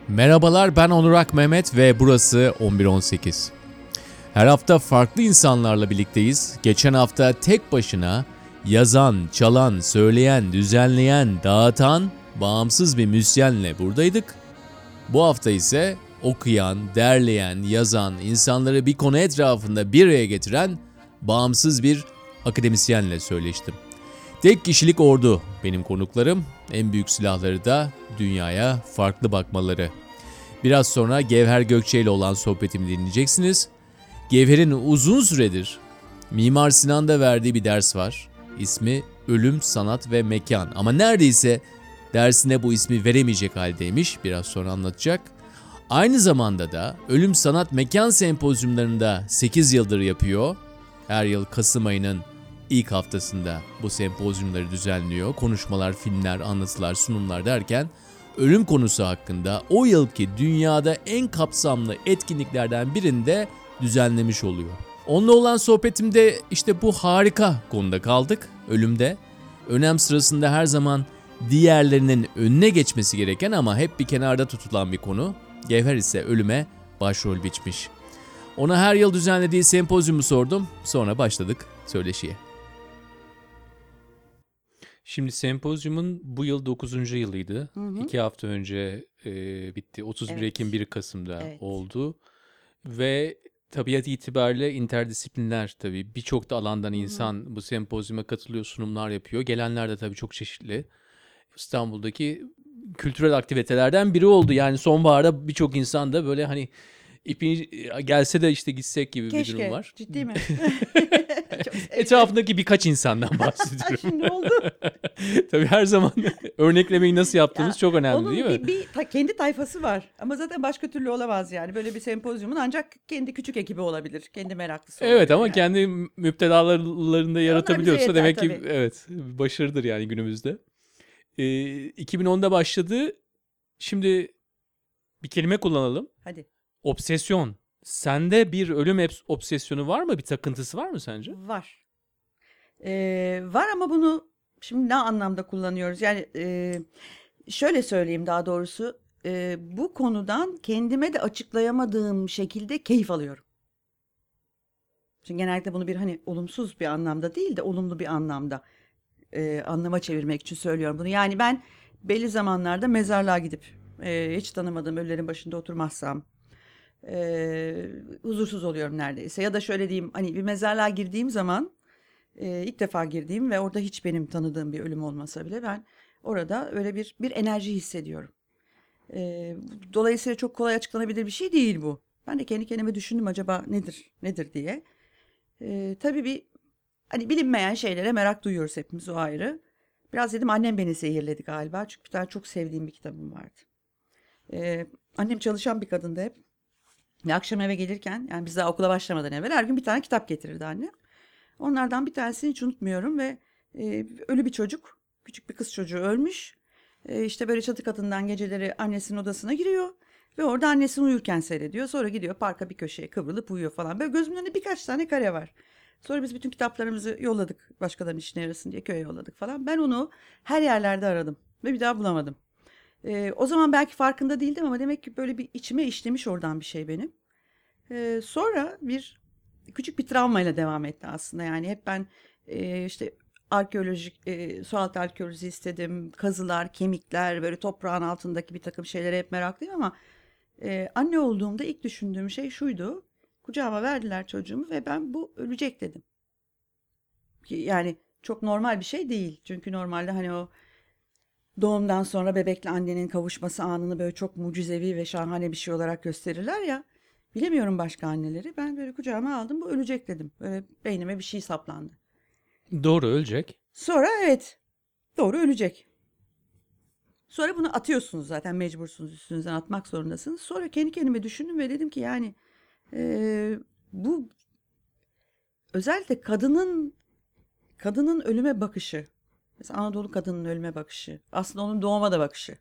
Merhabalar, ben Onurak Mehmet ve burası 1118. Her hafta farklı insanlarla birlikteyiz. Geçen hafta tek başına yazan, çalan, söyleyen, düzenleyen, dağıtan, bağımsız bir müzisyenle buradaydık. Bu hafta ise okuyan, derleyen, yazan, insanları bir konu etrafında bir araya getiren bağımsız bir akademisyenle söyleştim. Tek kişilik ordu benim konuklarım, en büyük silahları da dünyaya farklı bakmaları. Biraz sonra Gevher Gökçe ile olan sohbetimi dinleyeceksiniz. Gevher'in uzun süredir Mimar Sinan'da verdiği bir ders var. İsmi Ölüm, Sanat ve Mekan. Ama neredeyse dersine bu ismi veremeyecek haldeymiş. Biraz sonra anlatacak. Aynı zamanda da Ölüm, Sanat, Mekan sempozyumlarında 8 yıldır yapıyor. Her yıl Kasım ayının ilk haftasında bu sempozyumları düzenliyor. Konuşmalar, filmler, anlatılar, sunumlar derken ölüm konusu hakkında o yılki dünyada en kapsamlı etkinliklerden birinde düzenlemiş oluyor. Onunla olan sohbetimde işte bu harika konuda kaldık, ölümde. Önem sırasında her zaman diğerlerinin önüne geçmesi gereken ama hep bir kenarda tutulan bir konu. Gevher ise ölüme başrol biçmiş. Ona her yıl düzenlediği sempozyumu sordum, sonra başladık söyleşiye. Şimdi sempozyumun bu yıl 9. yılıydı. 2 hafta önce bitti. 31 Ekim 1 Kasım'da oldu. Ve tabiat itibariyle interdisipliner tabii. Birçok da alandan insan bu sempozyuma katılıyor, sunumlar yapıyor. Gelenler de tabii çok çeşitli. İstanbul'daki kültürel aktivitelerden biri oldu. Yani sonbaharda birçok insan da böyle hani ipi gelse de işte gitsek gibi bir durum var. Keşke, ciddi mi? Etrafındaki birkaç insandan bahsediyorum. Şimdi oldu. Tabii her zaman örneklemeyi nasıl yaptığınız çok önemli değil mi? Onun kendi tayfası var. Ama zaten başka türlü olamaz yani. Böyle bir sempozyumun ancak kendi küçük ekibi olabilir. Kendi meraklısı olabilir. Evet ama yani. kendi müptelalarında yaratabiliyorsa yeter, demek ki tabii. evet başarıdır yani günümüzde. 2010'da başladı. Şimdi bir kelime kullanalım. Hadi. Obsesyon. Sende bir ölüm obsesyonu var mı? Bir takıntısı var mı sence? Var. Var ama bunu şimdi ne anlamda kullanıyoruz? Yani şöyle söyleyeyim daha doğrusu. Bu konudan kendime de açıklayamadığım şekilde keyif alıyorum. Çünkü genellikle bunu bir hani olumsuz bir anlamda değil de olumlu bir anlamda anlama çevirmek için söylüyorum bunu. Yani ben belli zamanlarda mezarlığa gidip hiç tanımadığım ölülerin başında oturmazsam huzursuz oluyorum neredeyse. Ya da şöyle diyeyim, hani bir mezarlığa girdiğim zaman ilk defa girdiğim ve orada hiç benim tanıdığım bir ölüm olmasa bile ben orada öyle bir enerji hissediyorum. Dolayısıyla çok kolay açıklanabilir bir şey değil bu. Ben de kendi kendime düşündüm, acaba nedir diye. Tabii hani bilinmeyen şeylere merak duyuyoruz hepimiz, o ayrı. Biraz dedim annem beni zehirledi galiba. Çünkü bir tane çok sevdiğim bir kitabım vardı. Annem çalışan bir kadındı hep. Ve akşam eve gelirken, yani biz daha okula başlamadan evvel her gün bir tane kitap getirirdi annem. Onlardan bir tanesini hiç unutmuyorum ve ölü bir çocuk, küçük bir kız çocuğu ölmüş. İşte böyle çatı katından geceleri annesinin odasına giriyor ve orada annesini uyurken seyrediyor. Sonra gidiyor parka bir köşeye kıvrılıp uyuyor falan. Böyle gözümün önünde birkaç tane kare var. Sonra biz bütün kitaplarımızı yolladık, başkalarının işine yarasın diye köye yolladık falan. Ben onu her yerlerde aradım ve bir daha bulamadım. O zaman belki farkında değildim ama demek ki böyle bir içime işlemiş oradan bir şey benim. Sonra küçük bir travmayla devam etti aslında. Yani hep ben işte arkeolojik, sualtı arkeolojisi istedim. Kazılar, kemikler, böyle toprağın altındaki bir takım şeylere hep meraklıyım ama anne olduğumda ilk düşündüğüm şey şuydu. Kucağıma verdiler çocuğumu ve ben bu ölecek dedim. Yani çok normal bir şey değil. Çünkü normalde hani o doğumdan sonra bebekle annenin kavuşması anını böyle çok mucizevi ve şahane bir şey olarak gösterirler ya. Bilemiyorum başka anneleri. Ben böyle kucağıma aldım, bu ölecek dedim. Böyle beynime bir şey saplandı. Doğru, ölecek. Sonra evet, doğru ölecek. Sonra bunu atıyorsunuz, zaten mecbursunuz, üstünüzden atmak zorundasınız. Sonra kendi kendime düşündüm ve dedim ki yani bu özellikle kadının ölüme bakışı. Mesela Anadolu kadının ölüme bakışı. Aslında onun doğuma da bakışı.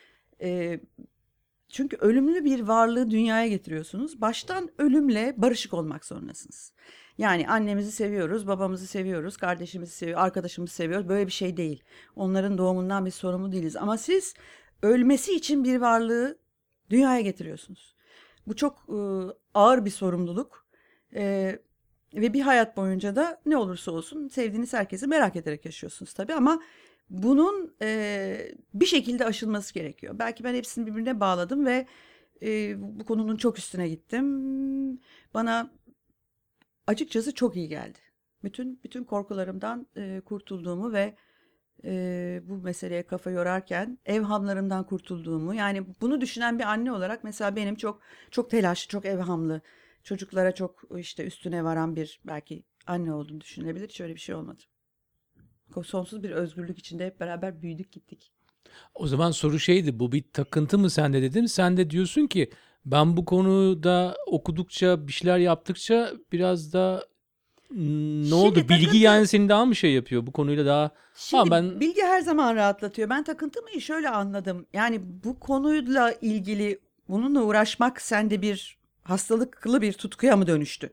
Çünkü ölümlü bir varlığı dünyaya getiriyorsunuz. Baştan ölümle barışık olmak zorundasınız. Yani annemizi seviyoruz, babamızı seviyoruz, kardeşimizi seviyoruz, arkadaşımızı seviyoruz. Böyle bir şey değil. Onların doğumundan biz sorumlu değiliz. Ama siz ölmesi için bir varlığı Dünyaya getiriyorsunuz. Bu çok ağır bir sorumluluk. Ve bir hayat boyunca da ne olursa olsun sevdiğiniz herkesi merak ederek yaşıyorsunuz tabii, ama bunun bir şekilde aşılması gerekiyor. Belki ben hepsini birbirine bağladım ve bu konunun çok üstüne gittim. Bana açıkçası çok iyi geldi. Bütün korkularımdan kurtulduğumu ve bu meseleye kafa yorarken evhamlarımdan kurtulduğumu, yani bunu düşünen bir anne olarak mesela benim çok telaşlı, çok evhamlı, çocuklara çok işte üstüne varan bir belki anne olduğunu düşünülebilir. Hiç öyle bir şey olmadı. Sonsuz bir özgürlük içinde hep beraber büyüdük gittik. O zaman soru şeydi, bu bir takıntı mı sende dedim. Sen de diyorsun ki ben bu konuda okudukça, bir şeyler yaptıkça biraz da ne oldu? Şimdi Bilgi takıntı, yani seni daha mı şey yapıyor bu konuyla daha? şimdi Ben bilgi her zaman rahatlatıyor. Ben takıntımı şöyle anladım. Yani bu konuyla ilgili bununla uğraşmak sende bir hastalıklı bir tutkuya mı dönüştü?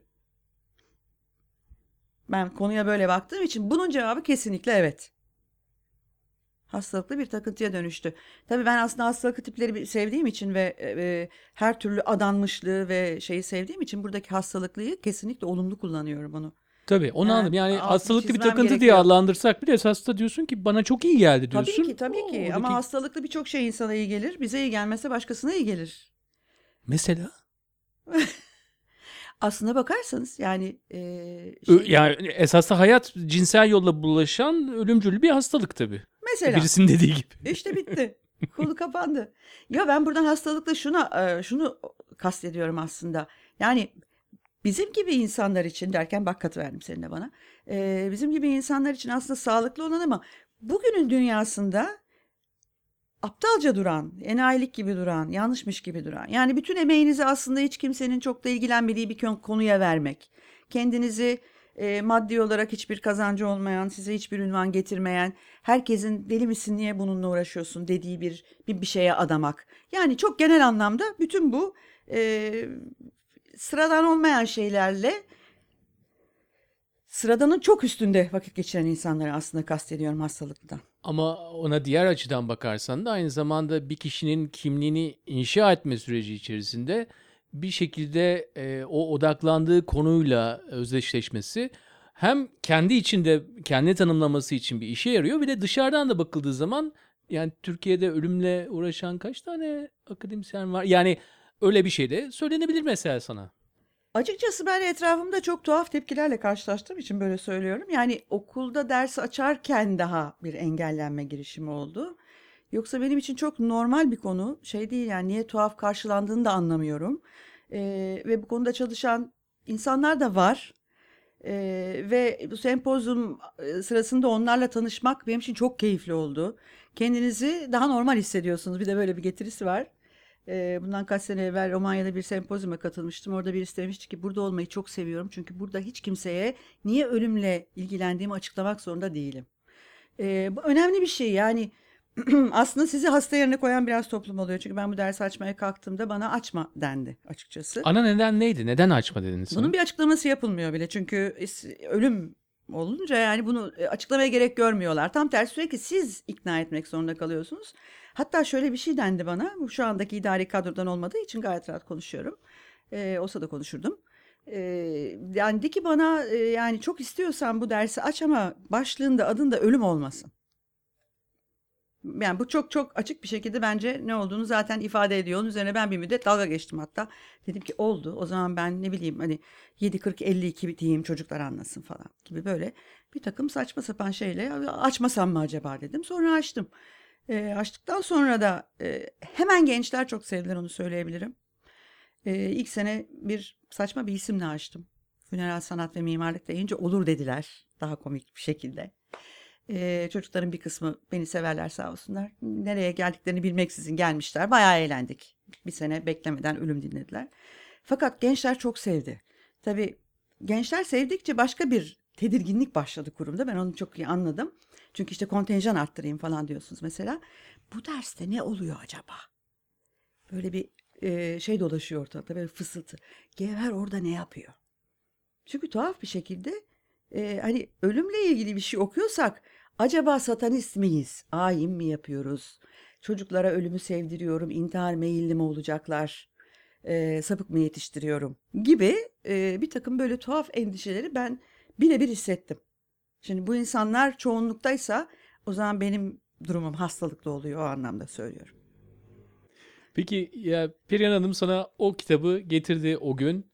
Ben konuya böyle baktığım için bunun cevabı kesinlikle evet. Hastalıklı bir takıntıya dönüştü. Tabii ben aslında hastalıklı tipleri sevdiğim için ve her türlü adanmışlığı ve şeyi sevdiğim için buradaki hastalıklıyı kesinlikle olumlu kullanıyorum onu. tabii onu anladım. Yani Yani altını hastalıklı bir çizmem takıntı diye gerekiyor. adlandırsak bile esasında diyorsun ki bana çok iyi geldi Tabii diyorsun. ki, tabii ki, ama Oradaki hastalıklı birçok şey insana iyi gelir. Bize iyi gelmese başkasına iyi gelir. mesela Aslına bakarsanız yani şey yani esasında hayat cinsel yolla bulaşan ölümcül bir hastalık tabii. mesela Birisinin dediği gibi. işte bitti. Konu kapandı. Ya ben buradan hastalıkla şunu kastediyorum aslında. Yani bizim gibi insanlar için derken bak katıverdim senin de bana. Bizim gibi insanlar için aslında sağlıklı olan ama bugünün dünyasında aptalca duran, enayilik gibi duran, yanlışmış gibi duran. Yani bütün emeğinizi aslında hiç kimsenin çok da ilgilenmediği bir konuya vermek. Kendinizi maddi olarak hiçbir kazancı olmayan, size hiçbir ünvan getirmeyen, herkesin deli misin niye bununla uğraşıyorsun dediği bir şeye adamak. Yani çok genel anlamda bütün bu sıradan olmayan şeylerle sıradanın çok üstünde vakit geçiren insanları aslında kastediyorum hastalıktan. Ama ona diğer açıdan bakarsan da aynı zamanda bir kişinin kimliğini inşa etme süreci içerisinde bir şekilde o odaklandığı konuyla özdeşleşmesi hem kendi içinde kendini tanımlaması için bir işe yarıyor. Bir de dışarıdan da bakıldığı zaman yani Türkiye'de ölümle uğraşan kaç tane akademisyen var? Yani öyle bir şey de söylenebilir mesela sana. Açıkçası ben etrafımda çok tuhaf tepkilerle karşılaştığım için böyle söylüyorum. Yani okulda ders açarken daha bir engellenme girişimi oldu. Yoksa benim için çok normal bir konu. Şey değil yani, niye tuhaf karşılandığını da anlamıyorum. Ve bu konuda çalışan insanlar da var. Ve bu sempozyum sırasında onlarla tanışmak benim için çok keyifli oldu. Kendinizi daha normal hissediyorsunuz. Bir de böyle bir getirisi var. Bundan kaç sene evvel Romanya'da bir sempozyuma katılmıştım. Orada birisi demişti ki burada olmayı çok seviyorum. Çünkü burada hiç kimseye niye ölümle ilgilendiğimi açıklamak zorunda değilim. Bu önemli bir şey yani. Aslında sizi hasta yerine koyan biraz toplum oluyor. Çünkü ben bu dersi açmaya kalktığımda bana açma dendi açıkçası. Ana neden neydi? Neden açma dedin Bunun sana? bir açıklaması yapılmıyor bile. Çünkü ölüm olunca yani bunu açıklamaya gerek görmüyorlar. Tam tersi sürekli siz ikna etmek zorunda kalıyorsunuz. Hatta şöyle bir şey dendi bana. Bu şu andaki idari kadrodan olmadığı için gayet rahat konuşuyorum. Olsa da konuşurdum. Dendi ki bana yani çok istiyorsan bu dersi aç ama başlığında adında ölüm olmasın. Yani bu çok açık bir şekilde bence ne olduğunu zaten ifade ediyor. Onun üzerine ben bir müddet dalga geçtim hatta. Dedim ki oldu. O zaman ben ne bileyim hani 7.40-52 diyeyim çocuklar anlasın falan gibi böyle bir takım saçma sapan şeyle açmasam mı acaba dedim. Sonra açtım. Açtıktan sonra da hemen gençler çok sevdiler, onu söyleyebilirim. İlk sene saçma bir isimle açtım. Funeral sanat ve mimarlık deyince olur dediler daha komik bir şekilde. Çocukların bir kısmı beni severler sağ olsunlar. Nereye geldiklerini bilmeksizin gelmişler. Bayağı eğlendik. Bir sene beklemeden ölüm dinlediler. Fakat gençler çok sevdi. Tabii gençler sevdikçe başka bir tedirginlik başladı kurumda. Ben onu çok iyi anladım. Çünkü işte kontenjan arttırayım falan diyorsunuz mesela. Bu derste ne oluyor acaba? Böyle bir şey dolaşıyor ortalıkta, böyle fısıltı. Gevher orada ne yapıyor? Çünkü tuhaf bir şekilde hani ölümle ilgili bir şey okuyorsak acaba satanist miyiz? Ayin mi yapıyoruz? çocuklara ölümü sevdiriyorum, intihar meyilli mi olacaklar, sapık mı yetiştiriyorum gibi bir takım böyle tuhaf endişeleri ben birebir hissettim. Şimdi bu insanlar çoğunluktaysa o zaman benim durumum hastalıklı oluyor, o anlamda söylüyorum. Peki ya Perihan Hanım sana o kitabı getirdi o gün.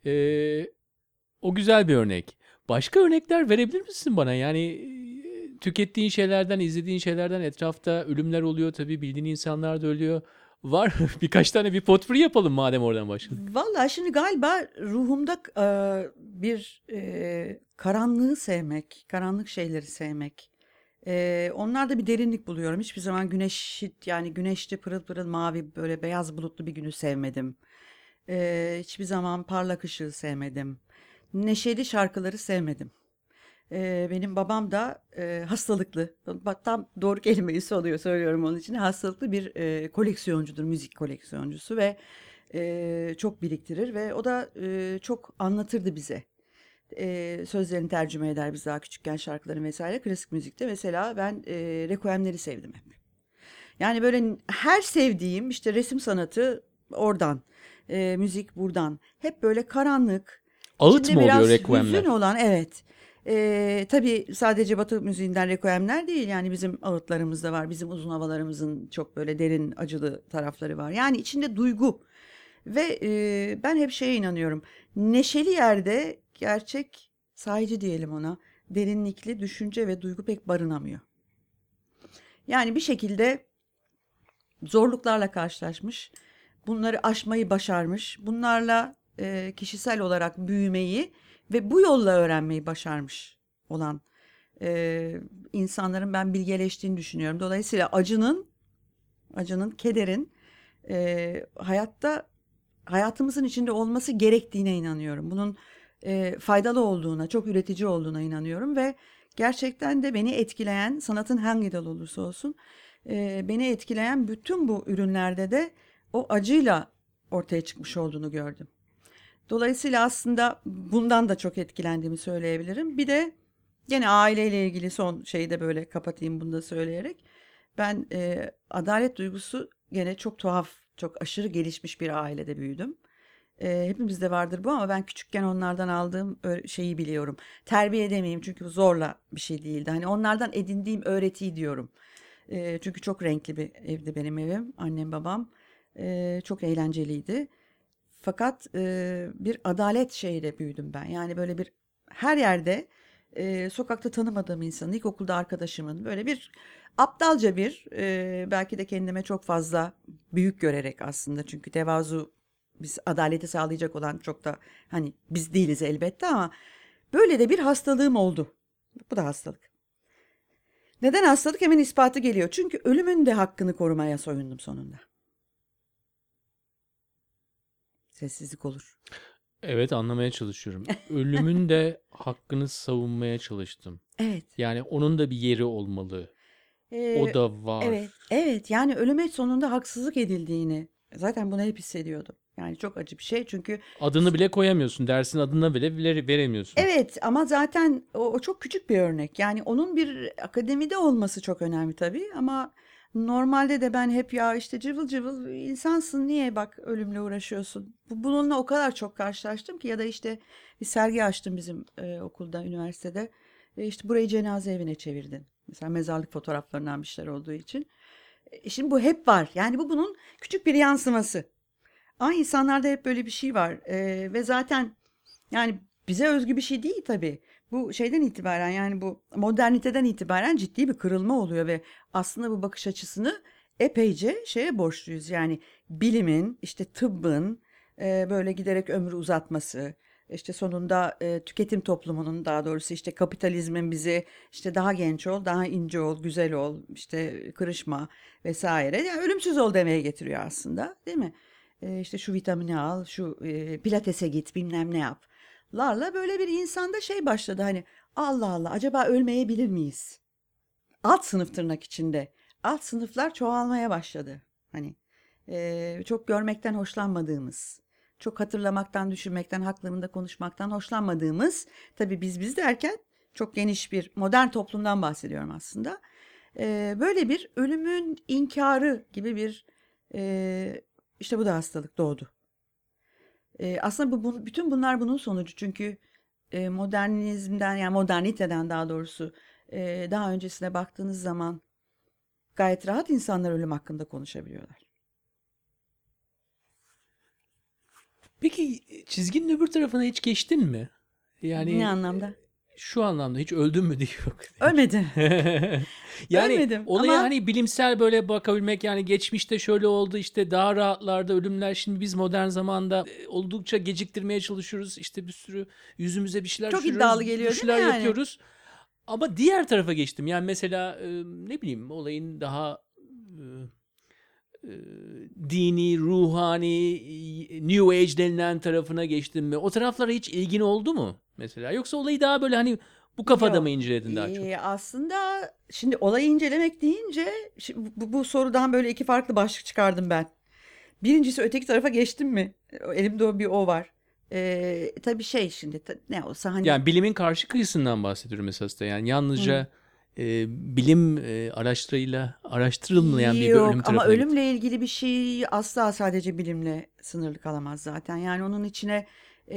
O güzel bir örnek. Başka örnekler verebilir misin bana? Yani tükettiğin şeylerden, izlediğin şeylerden etrafta ölümler oluyor tabii. Bildiğin insanlar da ölüyor. Var mı? Birkaç tane bir potpourri yapalım madem oradan başladık. Vallahi şimdi galiba ruhumda bir karanlığı sevmek, karanlık şeyleri sevmek. Onlarda bir derinlik buluyorum. Hiçbir zaman yani güneşli pırıl pırıl mavi böyle beyaz bulutlu bir günü sevmedim. Hiçbir zaman parlak ışığı sevmedim. Neşeli şarkıları sevmedim. Benim babam da hastalıklı, bak tam doğru kelimeyi söylüyorum onun için, hastalıklı bir koleksiyoncudur, müzik koleksiyoncusu ve çok biriktirir ve o da çok anlatırdı bize. Sözlerini tercüme eder biz daha küçükken, şarkıların vesaire. Klasik müzikte mesela ben Requiem'leri sevdim hep. Yani böyle her sevdiğim işte resim sanatı oradan, müzik buradan. Hep böyle karanlık, Ağıt içinde mı oluyor biraz Requiem'ler? hüzün olan, evet. Tabii sadece Batı müziğinden Requiem'ler değil, yani bizim ağıtlarımız da var. Bizim uzun havalarımızın çok böyle derin acılı tarafları var. Yani içinde duygu ve ben hep şeye inanıyorum. Neşeli yerde gerçek sahici diyelim ona, derinlikli düşünce ve duygu pek barınamıyor. Yani bir şekilde zorluklarla karşılaşmış, bunları aşmayı başarmış, bunlarla kişisel olarak büyümeyi ve bu yolla öğrenmeyi başarmış olan insanların ben bilgeleştiğini düşünüyorum. Dolayısıyla acının, kederin hayatımızın içinde olması gerektiğine inanıyorum. Bunun faydalı olduğuna, çok üretici olduğuna inanıyorum ve gerçekten de beni etkileyen, sanatın hangi dalı olursa olsun, beni etkileyen bütün bu ürünlerde de o acıyla ortaya çıkmış olduğunu gördüm. Dolayısıyla aslında bundan da çok etkilendiğimi söyleyebilirim. Bir de gene aileyle ilgili son şeyi de böyle kapatayım bunu da söyleyerek. Ben adalet duygusu gene çok tuhaf, çok aşırı gelişmiş bir ailede büyüdüm. Hepimizde vardır bu ama ben küçükken onlardan aldığım şeyi biliyorum. Terbiye edemeyeyim çünkü bu zorla bir şey değildi. Hani onlardan edindiğim öğretiyi diyorum. Çünkü çok renkli bir evdi benim evim. Annem babam çok eğlenceliydi. Fakat bir adalet şeyiyle büyüdüm ben. Yani böyle bir her yerde sokakta tanımadığım insanın, ilkokulda arkadaşımın böyle bir aptalca bir belki de kendime çok fazla büyük görerek aslında, çünkü tevazu biz adaleti sağlayacak olan çok da hani biz değiliz elbette ama böyle de bir hastalığım oldu. Bu da hastalık. Neden hastalık? Hemen ispatı geliyor. Çünkü ölümün de hakkını korumaya soyundum sonunda. Sessizlik olur. Evet, anlamaya çalışıyorum. Ölümün de hakkını savunmaya çalıştım. Evet. Yani onun da bir yeri olmalı. O da Evet, var. evet. Yani ölüme sonunda haksızlık edildiğini zaten bunu hep hissediyordum. Yani çok acı bir şey çünkü Adını bile koyamıyorsun. Dersin adını bile veremiyorsun. evet, ama zaten o çok küçük bir örnek. Yani onun bir akademide olması çok önemli tabii ama normalde de ben hep ya işte cıvıl cıvıl insansın, niye bak ölümle uğraşıyorsun. Bununla o kadar çok karşılaştım ki, ya da işte bir sergi açtım bizim okulda, üniversitede. İşte burayı cenaze evine çevirdin. Mesela mezarlık fotoğraflarından bir şeyler olduğu için. Şimdi bu hep var. Yani bu bunun küçük bir yansıması. Ama insanlarda hep böyle bir şey var. Ve zaten yani bize özgü bir şey değil tabii. Bu şeyden itibaren, yani bu moderniteden itibaren ciddi bir kırılma oluyor ve aslında bu bakış açısını epeyce şeye borçluyuz. Yani bilimin, işte tıbbın böyle giderek ömrü uzatması, işte sonunda tüketim toplumunun, daha doğrusu işte kapitalizmin bizi işte daha genç ol, daha ince ol, güzel ol, işte kırışma vesaire. Yani ölümsüz ol demeye getiriyor aslında, değil mi? İşte şu vitamini al, şu pilatese git, bilmem ne yap. Larla böyle bir insanda şey başladı, hani Allah Allah, acaba ölmeyebilir miyiz? Alt sınıf, tırnak içinde. Alt sınıflar çoğalmaya başladı. Hani çok görmekten hoşlanmadığımız, çok hatırlamaktan, düşünmekten, haklarında konuşmaktan hoşlanmadığımız, tabii biz derken çok geniş bir modern toplumdan bahsediyorum aslında. Böyle bir ölümün inkarı gibi bir işte bu da hastalık doğdu. Aslında bütün bunlar bunun sonucu çünkü modernizmden yani moderniteden daha doğrusu daha öncesine baktığınız zaman gayet rahat insanlar ölüm hakkında konuşabiliyorlar. Peki çizginin öbür tarafına hiç geçtin mi? Ne Yani anlamda? şu anlamda hiç öldün mü diye yok. Ölmedim. Yani Ölmedim olaya ama hani bilimsel böyle bakabilmek yani geçmişte şöyle oldu işte daha rahatlarda ölümler şimdi biz modern zamanda oldukça geciktirmeye çalışıyoruz işte bir sürü yüzümüze bir şeyler çok iddialı sürüyoruz geliyor bir değil mi şeyler yani? yapıyoruz ama diğer tarafa geçtim yani mesela ne bileyim olayın daha e, dini ruhani New Age denilen tarafına geçtim mi o taraflara hiç ilgin oldu mu mesela yoksa olayı daha böyle hani bu kafada mı Yok. inceledin daha çok? Aslında şimdi olayı incelemek deyince bu sorudan böyle iki farklı başlık çıkardım ben. Birincisi öteki tarafa geçtim mi? Elimde bir o var. Tabii şey şimdi ne olsa hani Yani bilimin karşı kıyısından bahsediyorum esas da. Yani hı. yalnızca bilim araştırılmayan bir ölüm Yok ama tarafına git. ölümle ilgili bir şey asla sadece bilimle sınırlı kalamaz zaten. Yani onun içine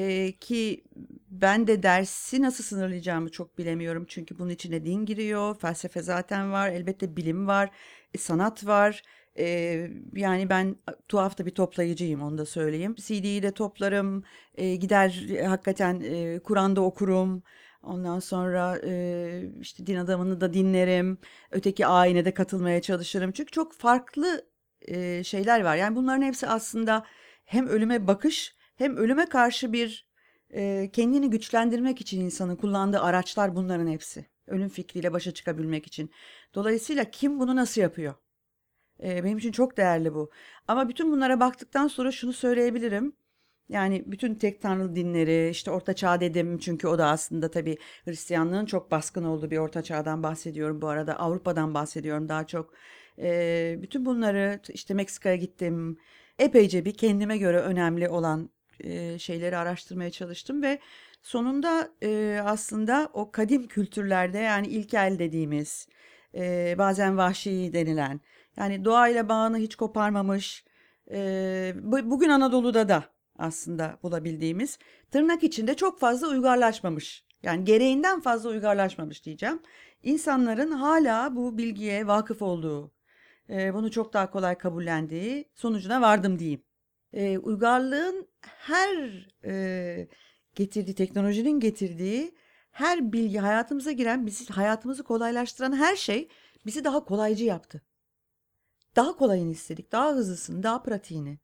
ki ben de dersi nasıl sınırlayacağımı çok bilemiyorum. Çünkü bunun içine din giriyor, felsefe zaten var, elbette bilim var, sanat var. E, Yani ben tuhaf da bir toplayıcıyım onu da söyleyeyim. CD'yi de toplarım, gider hakikaten Kur'an'da okurum. Ondan sonra işte din adamını da dinlerim. Öteki ayine de katılmaya çalışırım. Çünkü çok farklı şeyler var. Yani bunların hepsi aslında hem ölüme bakış hem ölüme karşı bir kendini güçlendirmek için insanın kullandığı araçlar bunların hepsi. Ölüm fikriyle başa çıkabilmek için. Dolayısıyla kim bunu nasıl yapıyor? Benim için çok değerli bu. Ama bütün bunlara baktıktan sonra şunu söyleyebilirim. Yani bütün tek tanrılı dinleri, işte Orta Çağ dedim çünkü o da aslında tabii Hristiyanlığın çok baskın olduğu bir Orta Çağ'dan bahsediyorum bu arada. Avrupa'dan bahsediyorum daha çok. Bütün bunları işte Meksika'ya gittim. Epeyce bir kendime göre önemli olan şeyleri araştırmaya çalıştım ve sonunda aslında o kadim kültürlerde yani ilkel dediğimiz, bazen vahşi denilen, yani doğayla bağını hiç koparmamış, bugün Anadolu'da da aslında bulabildiğimiz tırnak içinde çok fazla uygarlaşmamış. Yani gereğinden fazla uygarlaşmamış diyeceğim. İnsanların hala bu bilgiye vakıf olduğu, bunu çok daha kolay kabullendiği sonucuna vardım diyeyim. Uygarlığın her getirdiği, teknolojinin getirdiği her bilgi hayatımıza giren, bizi hayatımızı kolaylaştıran her şey bizi daha kolaycı yaptı. Daha kolayını istedik, daha hızlısını, daha pratiğini,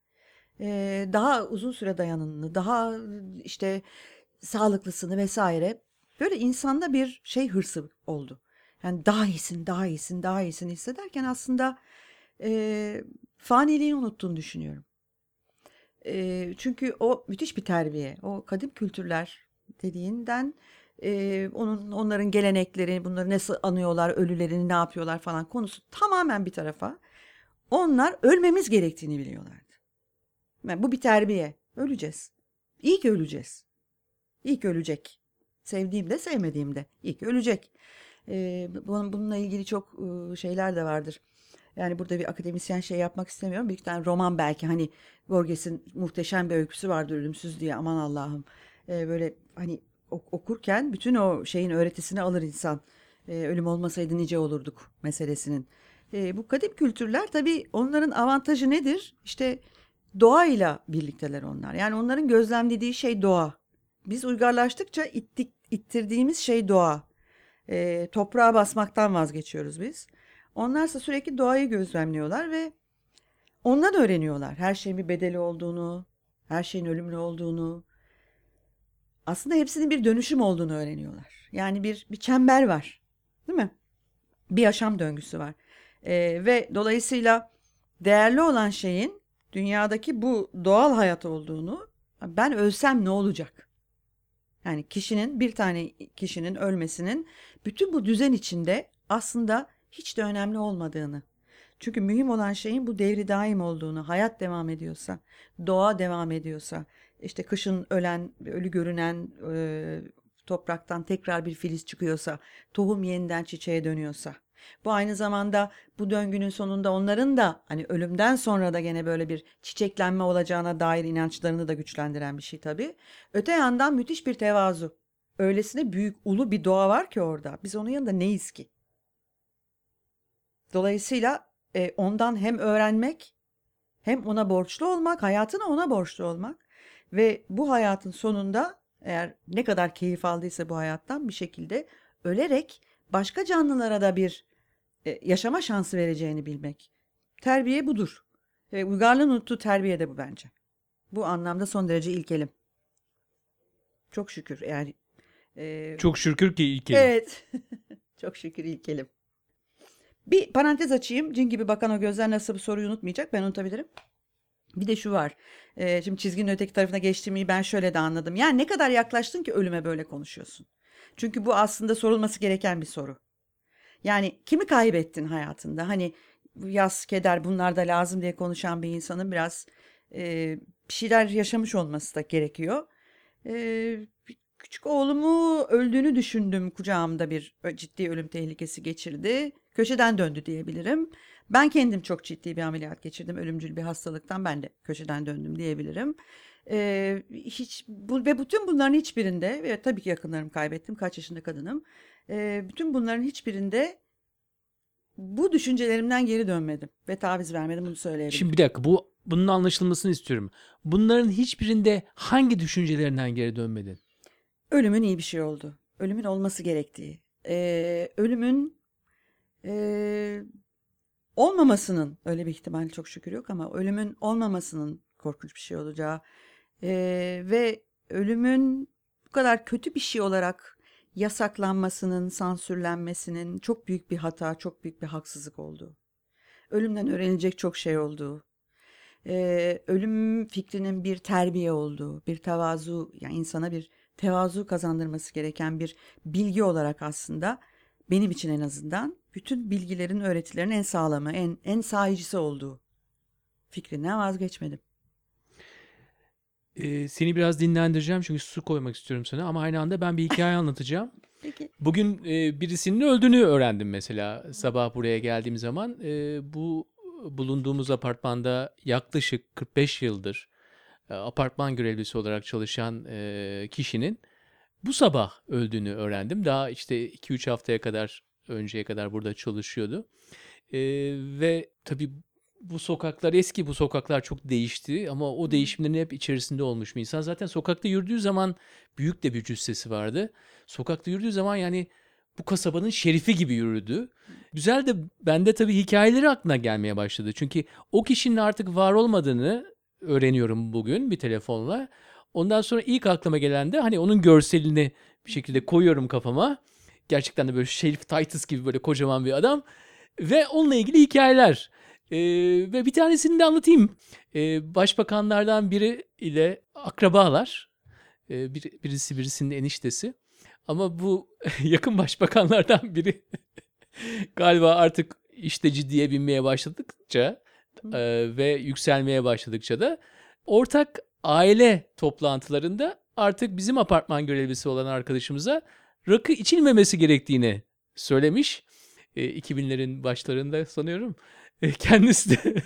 daha uzun süre dayanımını, daha işte sağlıklısını vesaire. Böyle insanda bir şey hırsı oldu. Yani daha iyisin, daha iyisin, daha iyisini hissederken aslında faniliği unuttuğunu düşünüyorum. Çünkü o müthiş bir terbiye. O kadim kültürler dediğinden onların gelenekleri, bunları nasıl anıyorlar, ölülerini ne yapıyorlar falan konusu tamamen bir tarafa. Onlar ölmemiz gerektiğini biliyorlardı. Yani bu bir terbiye. Öleceğiz. İyi ki öleceğiz. İyi ki ölecek. Sevdiğim de sevmediğim de. İyi ki ölecek. Bununla ilgili çok şeyler de vardır. Yani burada bir akademisyen şey yapmak istemiyorum. Bir tane roman belki hani Borges'in muhteşem bir öyküsü vardır ölümsüz diye aman Allah'ım. Böyle hani okurken bütün o şeyin öğretisini alır insan. Ölüm olmasaydı nice olurduk meselesinin. Bu kadim kültürler tabii onların avantajı nedir? İşte doğayla birlikteler onlar. Yani onların gözlemlediği şey doğa. Biz uygarlaştıkça ittirdiğimiz şey doğa. Toprağa basmaktan vazgeçiyoruz biz. Onlarsa sürekli doğayı gözlemliyorlar ve ondan öğreniyorlar. Her şeyin bir bedeli olduğunu, her şeyin ölümlü olduğunu. Aslında hepsinin bir dönüşüm olduğunu öğreniyorlar. Yani bir çember var, değil mi? Bir yaşam döngüsü var. Ve dolayısıyla değerli olan şeyin dünyadaki bu doğal hayat olduğunu, ben ölsem ne olacak? Yani bir tane kişinin ölmesinin bütün bu düzen içinde aslında hiç de önemli olmadığını. Çünkü mühim olan şeyin bu devri daim olduğunu, hayat devam ediyorsa, doğa devam ediyorsa, işte kışın ölü görünen topraktan tekrar bir filiz çıkıyorsa, tohum yeniden çiçeğe dönüyorsa. Bu aynı zamanda bu döngünün sonunda onların da hani ölümden sonra da gene böyle bir çiçeklenme olacağına dair inançlarını da güçlendiren bir şey tabii. Öte yandan müthiş bir tevazu. Öylesine büyük, ulu bir doğa var ki orada. Biz onun yanında neyiz ki? Dolayısıyla ondan hem öğrenmek hem ona borçlu olmak, hayatına ona borçlu olmak ve bu hayatın sonunda eğer ne kadar keyif aldıysa bu hayattan bir şekilde ölerek başka canlılara da bir yaşama şansı vereceğini bilmek. Terbiye budur. Ve uygarlığın unuttuğu terbiye de bu bence. Bu anlamda son derece ilkelim. Çok şükür yani. Çok şükür ki ilkelim. Evet. Çok şükür ilkelim. Bir parantez açayım. Cin gibi bakan o gözler nasıl bu soruyu unutmayacak. Ben unutabilirim. Bir de şu var. Şimdi çizginin öteki tarafına geçtiğimi ben şöyle de anladım. Yani ne kadar yaklaştın ki ölüme böyle konuşuyorsun? Çünkü bu aslında sorulması gereken bir soru. Yani kimi kaybettin hayatında? Hani yas, keder bunlar da lazım diye konuşan bir insanın biraz bir şeyler yaşamış olması da gerekiyor. Küçük oğlumu öldüğünü düşündüm. Kucağımda bir ciddi ölüm tehlikesi geçirdi. Köşeden döndü diyebilirim. Ben kendim çok ciddi bir ameliyat geçirdim. Ölümcül bir hastalıktan ben de köşeden döndüm diyebilirim. Ve bütün bunların hiçbirinde ve tabii ki yakınlarımı kaybettim. Kaç yaşında kadınım. Bütün bunların hiçbirinde bu düşüncelerimden geri dönmedim ve taviz vermedim, bunu söyleyebilirim. Şimdi bir dakika, bunun anlaşılmasını istiyorum. Bunların hiçbirinde hangi düşüncelerinden geri dönmedin? Ölümün iyi bir şey oldu. Ölümün olması gerektiği. Ölümün olmamasının, öyle bir ihtimal çok şükür yok ama ölümün olmamasının korkunç bir şey olacağı ve ölümün bu kadar kötü bir şey olarak yasaklanmasının, sansürlenmesinin çok büyük bir hata, çok büyük bir haksızlık olduğu. Ölümden öğrenilecek çok şey olduğu. Ölüm fikrinin bir terbiye olduğu, bir tevazu, yani insana bir tevazu kazandırması gereken bir bilgi olarak aslında benim için en azından bütün bilgilerin, öğretilerin en sağlamı, en sahicisi olduğu fikrinden vazgeçmedim. Seni biraz dinlendireceğim çünkü su koymak istiyorum sana ama aynı anda ben bir hikaye anlatacağım. Peki. Bugün birisinin öldüğünü öğrendim mesela sabah buraya geldiğim zaman. Bu bulunduğumuz apartmanda yaklaşık 45 yıldır apartman görevlisi olarak çalışan kişinin bu sabah öldüğünü öğrendim. Daha işte 2-3 haftaya kadar önceye kadar burada çalışıyordu. Ve tabii bu sokaklar eski, bu sokaklar çok değişti ama o değişimlerin hep içerisinde olmuş bir insan. Zaten sokakta yürüdüğü zaman büyük de bir cüssesi vardı. Sokakta yürüdüğü zaman yani bu kasabanın şerifi gibi yürüdü. Güzel de bende tabii hikayeleri aklına gelmeye başladı. Çünkü o kişinin artık var olmadığını öğreniyorum bugün bir telefonla. Ondan sonra ilk aklıma gelen de hani onun görselini bir şekilde koyuyorum kafama. Gerçekten de böyle Sheriff Titus gibi böyle kocaman bir adam. Ve onunla ilgili hikayeler. Ve bir tanesini de anlatayım. Başbakanlardan biri ile akrabalar. Birisi birisinin eniştesi. Ama bu yakın başbakanlardan biri galiba artık işte ciddiye binmeye başladıkça ve yükselmeye başladıkça da ortak aile toplantılarında artık bizim apartman görevlisi olan arkadaşımıza rakı içilmemesi gerektiğini söylemiş. 2000'lerin başlarında sanıyorum. Kendisi de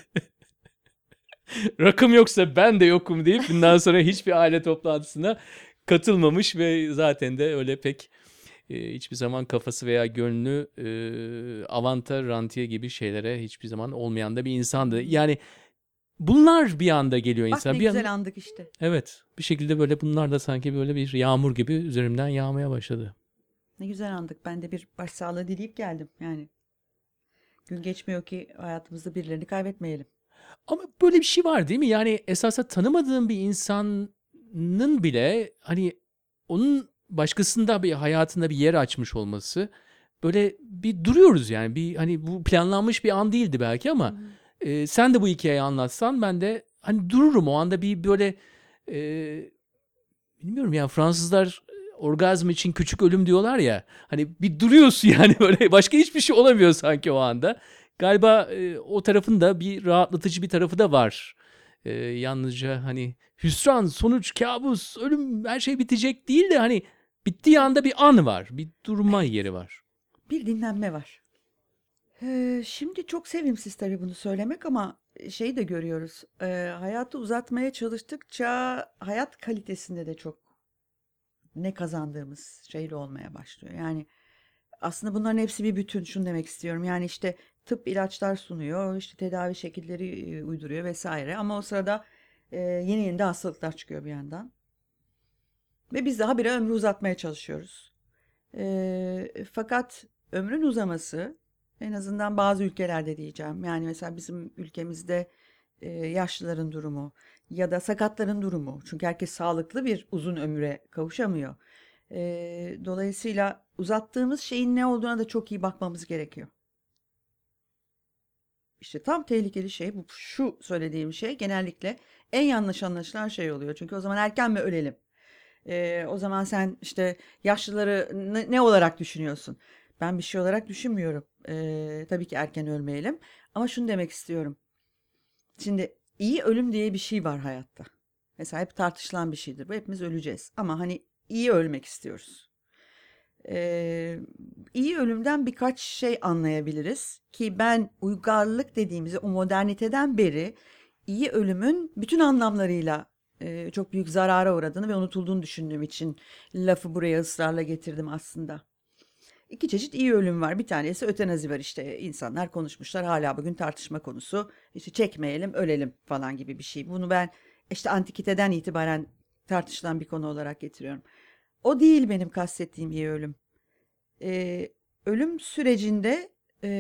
rakım yoksa ben de yokum deyip bundan sonra hiçbir aile toplantısına katılmamış ve zaten de öyle pek hiçbir zaman kafası veya gönlü avanta, rantiye gibi şeylere hiçbir zaman olmayan da bir insandı. Yani bunlar bir anda geliyor insan. Bak ne güzel andık işte. Evet, bir şekilde böyle bunlar da sanki böyle bir yağmur gibi üzerimden yağmaya başladı. Ne güzel andık. Ben de bir başsağlığı dileyip geldim yani. Gün geçmiyor ki hayatımızda birilerini kaybetmeyelim. Ama böyle bir şey var değil mi? Yani esasında tanımadığın bir insanın bile hani onun başkasında bir hayatında bir yer açmış olması böyle bir duruyoruz yani. Bir hani bu planlanmış bir an değildi belki ama sen de bu hikayeyi anlatsan ben de hani dururum o anda bir böyle bilmiyorum yani Fransızlar orgazm için küçük ölüm diyorlar ya. Hani bir duruyorsun yani böyle başka hiçbir şey olamıyor sanki o anda. Galiba o tarafın da bir rahatlatıcı bir tarafı da var. Yalnızca hani hüsran, sonuç, kabus, ölüm her şey bitecek değil de hani bittiği anda bir an var. Bir durma yeri var. Bir dinlenme var. Şimdi çok sevimsiz tabii bunu söylemek ama şeyi de görüyoruz. Hayatı uzatmaya çalıştıkça hayat kalitesinde de çok ne kazandığımız şeyle olmaya başlıyor. Yani aslında bunların hepsi bir bütün. Şunu demek istiyorum. Yani işte tıp ilaçlar sunuyor, işte tedavi şekilleri uyduruyor vesaire. Ama o sırada yeni yeni de hastalıklar çıkıyor bir yandan. Ve biz daha bir ömrü uzatmaya çalışıyoruz. Fakat ömrün uzaması en azından bazı ülkelerde diyeceğim. Yani mesela bizim ülkemizde yaşlıların durumu ya da sakatların durumu. Çünkü herkes sağlıklı bir uzun ömre kavuşamıyor. Dolayısıyla uzattığımız şeyin ne olduğuna da çok iyi bakmamız gerekiyor. İşte tam tehlikeli şey bu. Şu söylediğim şey genellikle en yanlış anlaşılan şey oluyor. Çünkü o zaman erken mi ölelim? O zaman sen işte yaşlıları ne olarak düşünüyorsun? Ben bir şey olarak düşünmüyorum. Tabii ki erken ölmeyelim. Ama şunu demek istiyorum. Şimdi iyi ölüm diye bir şey var hayatta. Mesela hep tartışılan bir şeydir. Bu hepimiz öleceğiz. Ama hani iyi ölmek istiyoruz. İyi ölümden birkaç şey anlayabiliriz. Ki ben uygarlık dediğimiz o moderniteden beri iyi ölümün bütün anlamlarıyla çok büyük zarara uğradığını ve unutulduğunu düşündüğüm için lafı buraya ısrarla getirdim aslında. İki çeşit iyi ölüm var. Bir tanesi ötenazi var işte insanlar konuşmuşlar hala bugün tartışma konusu. İşte çekmeyelim ölelim falan gibi bir şey. Bunu ben işte antikiteden itibaren tartışılan bir konu olarak getiriyorum. O değil benim kastettiğim iyi ölüm. Ölüm sürecinde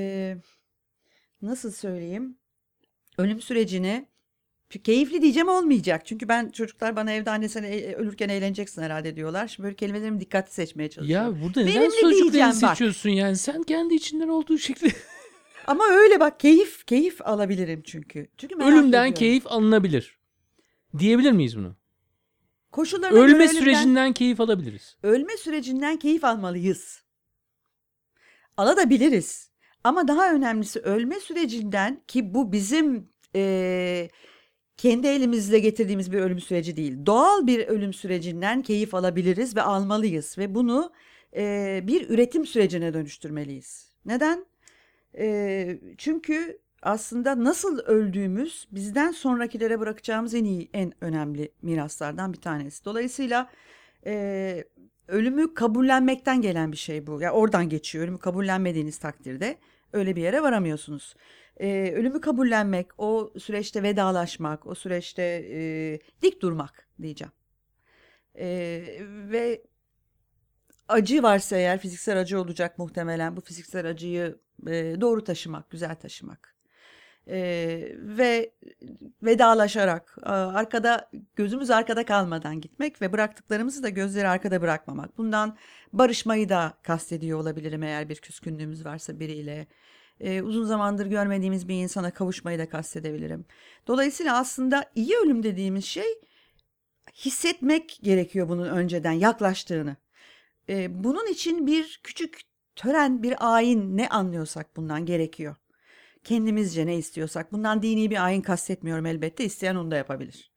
nasıl söyleyeyim? Ölüm sürecini keyifli diyeceğim olmayacak. Çünkü ben çocuklar bana evde anne sen ölürken eğleneceksin herhalde diyorlar. Şimdi böyle kelimelerimi dikkatli seçmeye çalışıyorum. Ya burada neden Verimli sözcükleri diyeceğim bak. seçiyorsun yani? Sen kendi içinden olduğu şekilde. Ama öyle bak keyif alabilirim çünkü. Çünkü merak Ölümden ediyorum. keyif alınabilir. Diyebilir miyiz bunu? Koşullarına göre Ölme ölümden, sürecinden keyif alabiliriz. ölme sürecinden keyif almalıyız. Alabiliriz. Ama daha önemlisi ölme sürecinden ki bu bizim kendi elimizle getirdiğimiz bir ölüm süreci değil. Doğal bir ölüm sürecinden keyif alabiliriz ve almalıyız. Ve bunu bir üretim sürecine dönüştürmeliyiz. Neden? Çünkü aslında nasıl öldüğümüz bizden sonrakilere bırakacağımız en önemli miraslardan bir tanesi. Dolayısıyla ölümü kabullenmekten gelen bir şey bu. Ya oradan geçiyor. Ölümü kabullenmediğiniz takdirde öyle bir yere varamıyorsunuz. Ölümü kabullenmek, o süreçte vedalaşmak, o süreçte dik durmak diyeceğim. Ve acı varsa eğer fiziksel acı olacak muhtemelen bu fiziksel acıyı doğru taşımak, güzel taşımak. Ve vedalaşarak gözümüz arkada kalmadan gitmek ve bıraktıklarımızı da gözleri arkada bırakmamak. Bundan barışmayı da kastediyor olabilirim eğer bir küskünlüğümüz varsa biriyle. Uzun zamandır görmediğimiz bir insana kavuşmayı da kastedebilirim. Dolayısıyla aslında iyi ölüm dediğimiz şey hissetmek gerekiyor bunun önceden yaklaştığını. Bunun için bir küçük tören, bir ayin ne anlıyorsak bundan gerekiyor. Kendimizce ne istiyorsak. Bundan dini bir ayin kastetmiyorum elbette. İsteyen onu da yapabilir.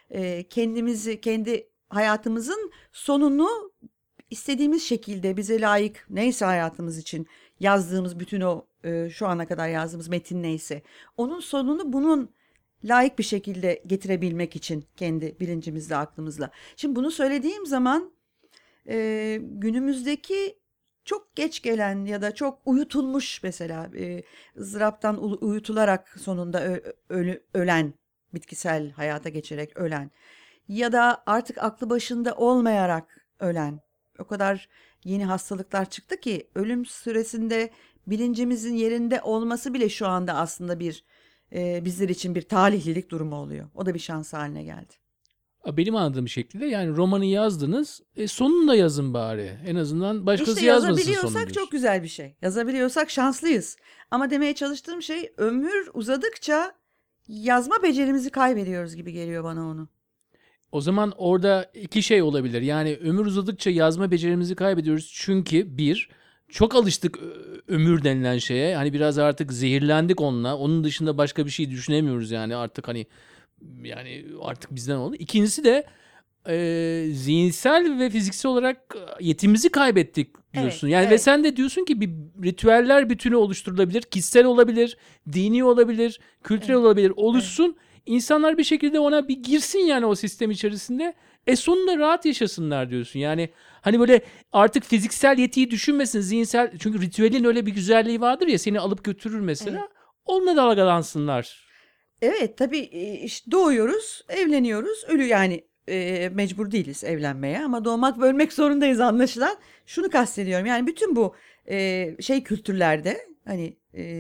Kendi hayatımızın sonunu istediğimiz şekilde bize layık neyse hayatımız için yazdığımız bütün o şu ana kadar yazdığımız metin neyse onun sonunu bunun layık bir şekilde getirebilmek için kendi bilincimizle aklımızla. Şimdi bunu söylediğim zaman günümüzdeki çok geç gelen ya da çok uyutulmuş mesela ızdıraptan uyutularak sonunda ölen bitkisel hayata geçerek ölen ya da artık aklı başında olmayarak ölen o kadar yeni hastalıklar çıktı ki ölüm süresinde bilincimizin yerinde olması bile şu anda aslında bir bizler için bir talihlilik durumu oluyor. O da bir şans haline geldi. Benim anladığım şekilde yani romanı yazdınız, sonunu da yazın bari. En azından başkası İşte yazmasın yazabiliyorsak sonunu. çok güzel bir şey. Yazabiliyorsak şanslıyız. Ama demeye çalıştığım şey ömür uzadıkça yazma becerimizi kaybediyoruz gibi geliyor bana onu. O zaman orada iki şey olabilir. Yani ömür uzadıkça yazma becerimizi kaybediyoruz. Çünkü bir, çok alıştık ömür denilen şeye. Hani biraz artık zehirlendik onunla. Onun dışında başka bir şey düşünemiyoruz yani artık hani yani artık bizden oldu. İkincisi de zihinsel ve fiziksel olarak yetimizi kaybettik diyorsun. Evet, Yani ve evet. sen de diyorsun ki bir ritüeller bütünü oluşturulabilir. Kişisel olabilir, dini olabilir, kültürel Evet, olabilir. Oluşsun. İnsanlar bir şekilde ona bir girsin yani o sistem içerisinde. Sonunda rahat yaşasınlar diyorsun. Yani hani böyle artık fiziksel yetiyi düşünmesin, zihinsel. Çünkü ritüelin öyle bir güzelliği vardır ya, seni alıp götürür mesela. Evet. Onunla dalgalansınlar. Evet tabii işte doğuyoruz, evleniyoruz, yani mecbur değiliz evlenmeye ama doğmak ve ölmek zorundayız anlaşılan. Şunu kastediyorum yani bütün bu kültürlerde hani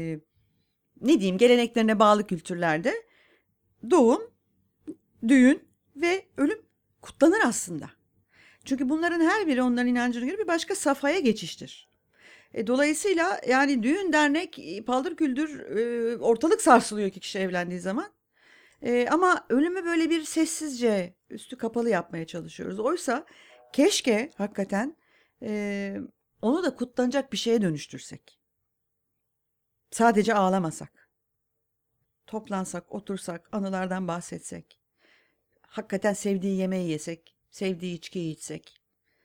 ne diyeyim geleneklerine bağlı kültürlerde doğum, düğün ve ölüm kutlanır aslında. Çünkü bunların her biri onların inancına göre bir başka safhaya geçiştir. Dolayısıyla yani düğün dernek paldır küldür ortalık sarsılıyor iki kişi evlendiği zaman. Ama ölümü böyle bir sessizce üstü kapalı yapmaya çalışıyoruz. Oysa keşke hakikaten e, onu da kutlanacak bir şeye dönüştürsek. Sadece ağlamasak. Toplansak, otursak, anılardan bahsetsek. Hakikaten sevdiği yemeği yesek, sevdiği içkiyi içsek.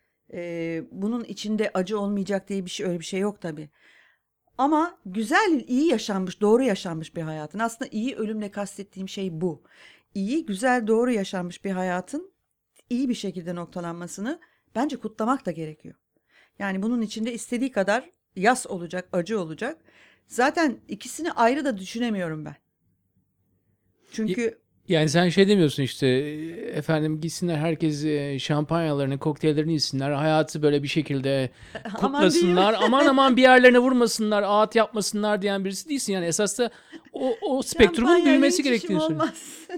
Bunun içinde acı olmayacak diye öyle bir şey yok tabii. Ama güzel, iyi yaşanmış, doğru yaşanmış bir hayatın. Aslında iyi ölümle kastettiğim şey bu. İyi, güzel, doğru yaşanmış bir hayatın iyi bir şekilde noktalanmasını bence kutlamak da gerekiyor. Yani bunun içinde istediği kadar yas olacak, acı olacak. Zaten ikisini ayrı da düşünemiyorum ben. Çünkü Yani sen şey demiyorsun işte efendim gitsinler herkes şampanyalarını, kokteyllerini içsinler. Hayatı böyle bir şekilde aman diyeyim. kutlasınlar. Aman aman bir yerlerine vurmasınlar, ağıt yapmasınlar diyen birisi değilsin. Yani esas da o spektrumun Şampanyayla büyümesi hiç işim gerektiğini söylüyorsun. olmaz.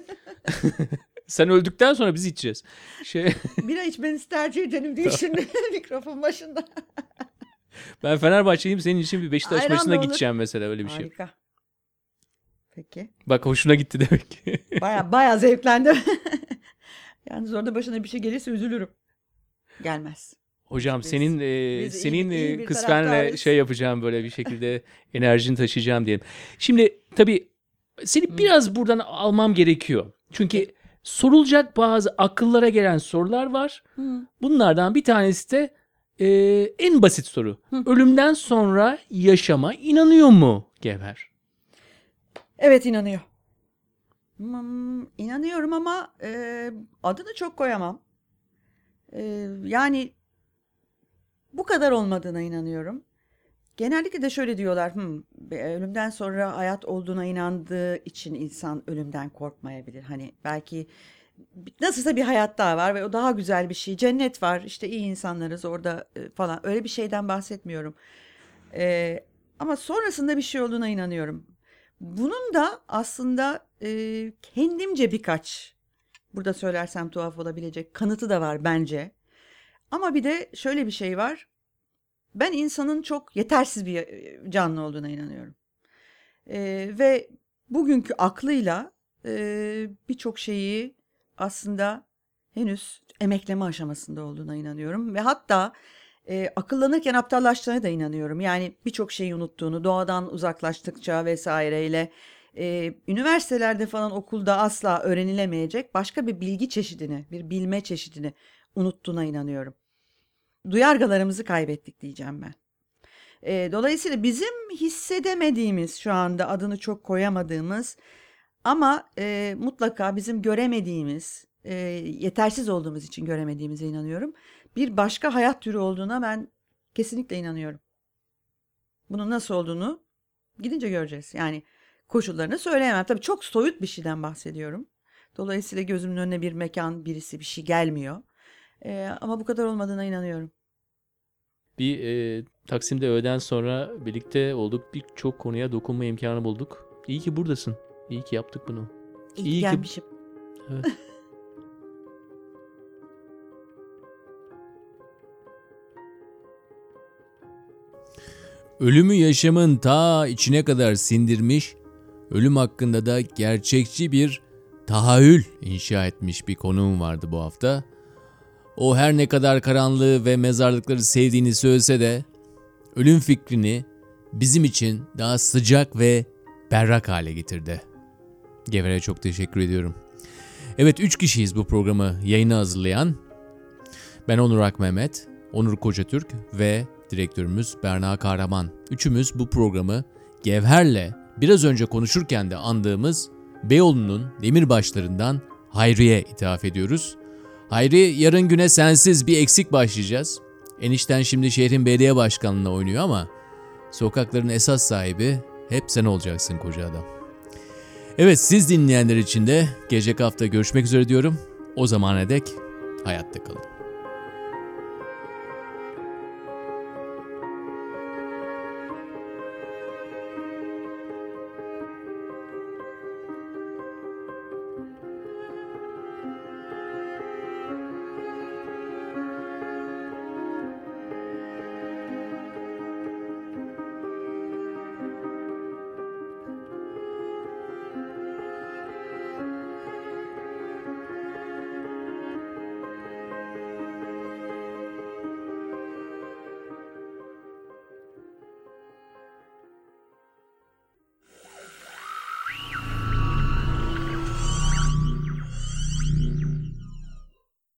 Sen öldükten sonra biz içeceğiz. Bira içmenizi tercih ederim diye şimdi mikrofon başında. Ben Fenerbahçeliyim, senin için bir Beşiktaş Ayran maçına da olur. gideceğim mesela, öyle bir şey. Harika. Peki. Bak hoşuna gitti demek ki. Baya zevklendim. Yalnız orada başına bir şey gelirse üzülürüm. Gelmez. Hocam Biz- senin biz iyi bir kısmenle taraftarız. şey yapacağım, böyle bir şekilde enerjini taşıyacağım diyelim. Şimdi tabii seni biraz buradan almam gerekiyor. Çünkü sorulacak bazı akıllara gelen sorular var. Hı. Bunlardan bir tanesi de en basit soru. Ölümden sonra yaşama inanıyor mu Gevher? Evet inanıyor. İnanıyorum ama adını çok koyamam. Yani bu kadar olmadığına inanıyorum. Genellikle de şöyle diyorlar. Ölümden sonra hayat olduğuna inandığı için insan ölümden korkmayabilir. Hani belki nasılsa bir hayat daha var ve o daha güzel bir şey. Cennet var, işte iyi insanlarız orada falan. Öyle bir şeyden bahsetmiyorum. Ama sonrasında bir şey olduğuna inanıyorum. Bunun da aslında kendimce birkaç, burada söylersem tuhaf olabilecek kanıtı da var bence. Ama bir de şöyle bir şey var. Ben insanın çok yetersiz bir canlı olduğuna inanıyorum. Ve bugünkü aklıyla birçok şeyi aslında henüz emekleme aşamasında olduğuna inanıyorum. Ve hatta akıllanırken aptallaştığına da inanıyorum. Yani birçok şeyi unuttuğunu, doğadan uzaklaştıkça vesaireyle üniversitelerde falan okulda asla öğrenilemeyecek başka bir bilgi çeşidini, bir bilme çeşidini unuttuğuna inanıyorum. Duyargalarımızı kaybettik diyeceğim ben. Dolayısıyla bizim hissedemediğimiz, şu anda adını çok koyamadığımız ama mutlaka bizim göremediğimiz, yetersiz olduğumuz için göremediğimize inanıyorum. Bir başka hayat türü olduğuna ben kesinlikle inanıyorum. Bunun nasıl olduğunu gidince göreceğiz. Yani koşullarını söyleyemem. Tabii çok soyut bir şeyden bahsediyorum. Dolayısıyla gözümün önüne bir mekan, birisi, bir şey gelmiyor. Ama bu kadar olmadığına inanıyorum. Bir Taksim'de öğleden sonra birlikte olduk. Birçok konuya dokunma imkanı bulduk. İyi ki buradasın. İyi ki yaptık bunu. İyi İyi ki ki- gelmişim. Evet. Ölümü yaşamın ta içine kadar sindirmiş, ölüm hakkında da gerçekçi bir tahayyül inşa etmiş bir konuğum vardı bu hafta. O her ne kadar karanlığı ve mezarlıkları sevdiğini söylese de ölüm fikrini bizim için daha sıcak ve berrak hale getirdi. Gevher'e çok teşekkür ediyorum. Evet, 3 kişiyiz bu programı yayına hazırlayan. Ben Onur Akmehmet, Onur Kocatürk ve direktörümüz Berna Kahraman. Üçümüz bu programı Gevher'le biraz önce konuşurken de andığımız Beyoğlu'nun demirbaşlarından Hayri'ye ithaf ediyoruz. Hayri, yarın güne sensiz bir eksik başlayacağız. Enişten şimdi şehrin belediye başkanlığına oynuyor ama sokakların esas sahibi hep sen olacaksın koca adam. Evet, siz dinleyenler için de gelecek hafta görüşmek üzere diyorum. O zamana dek hayatta kalın.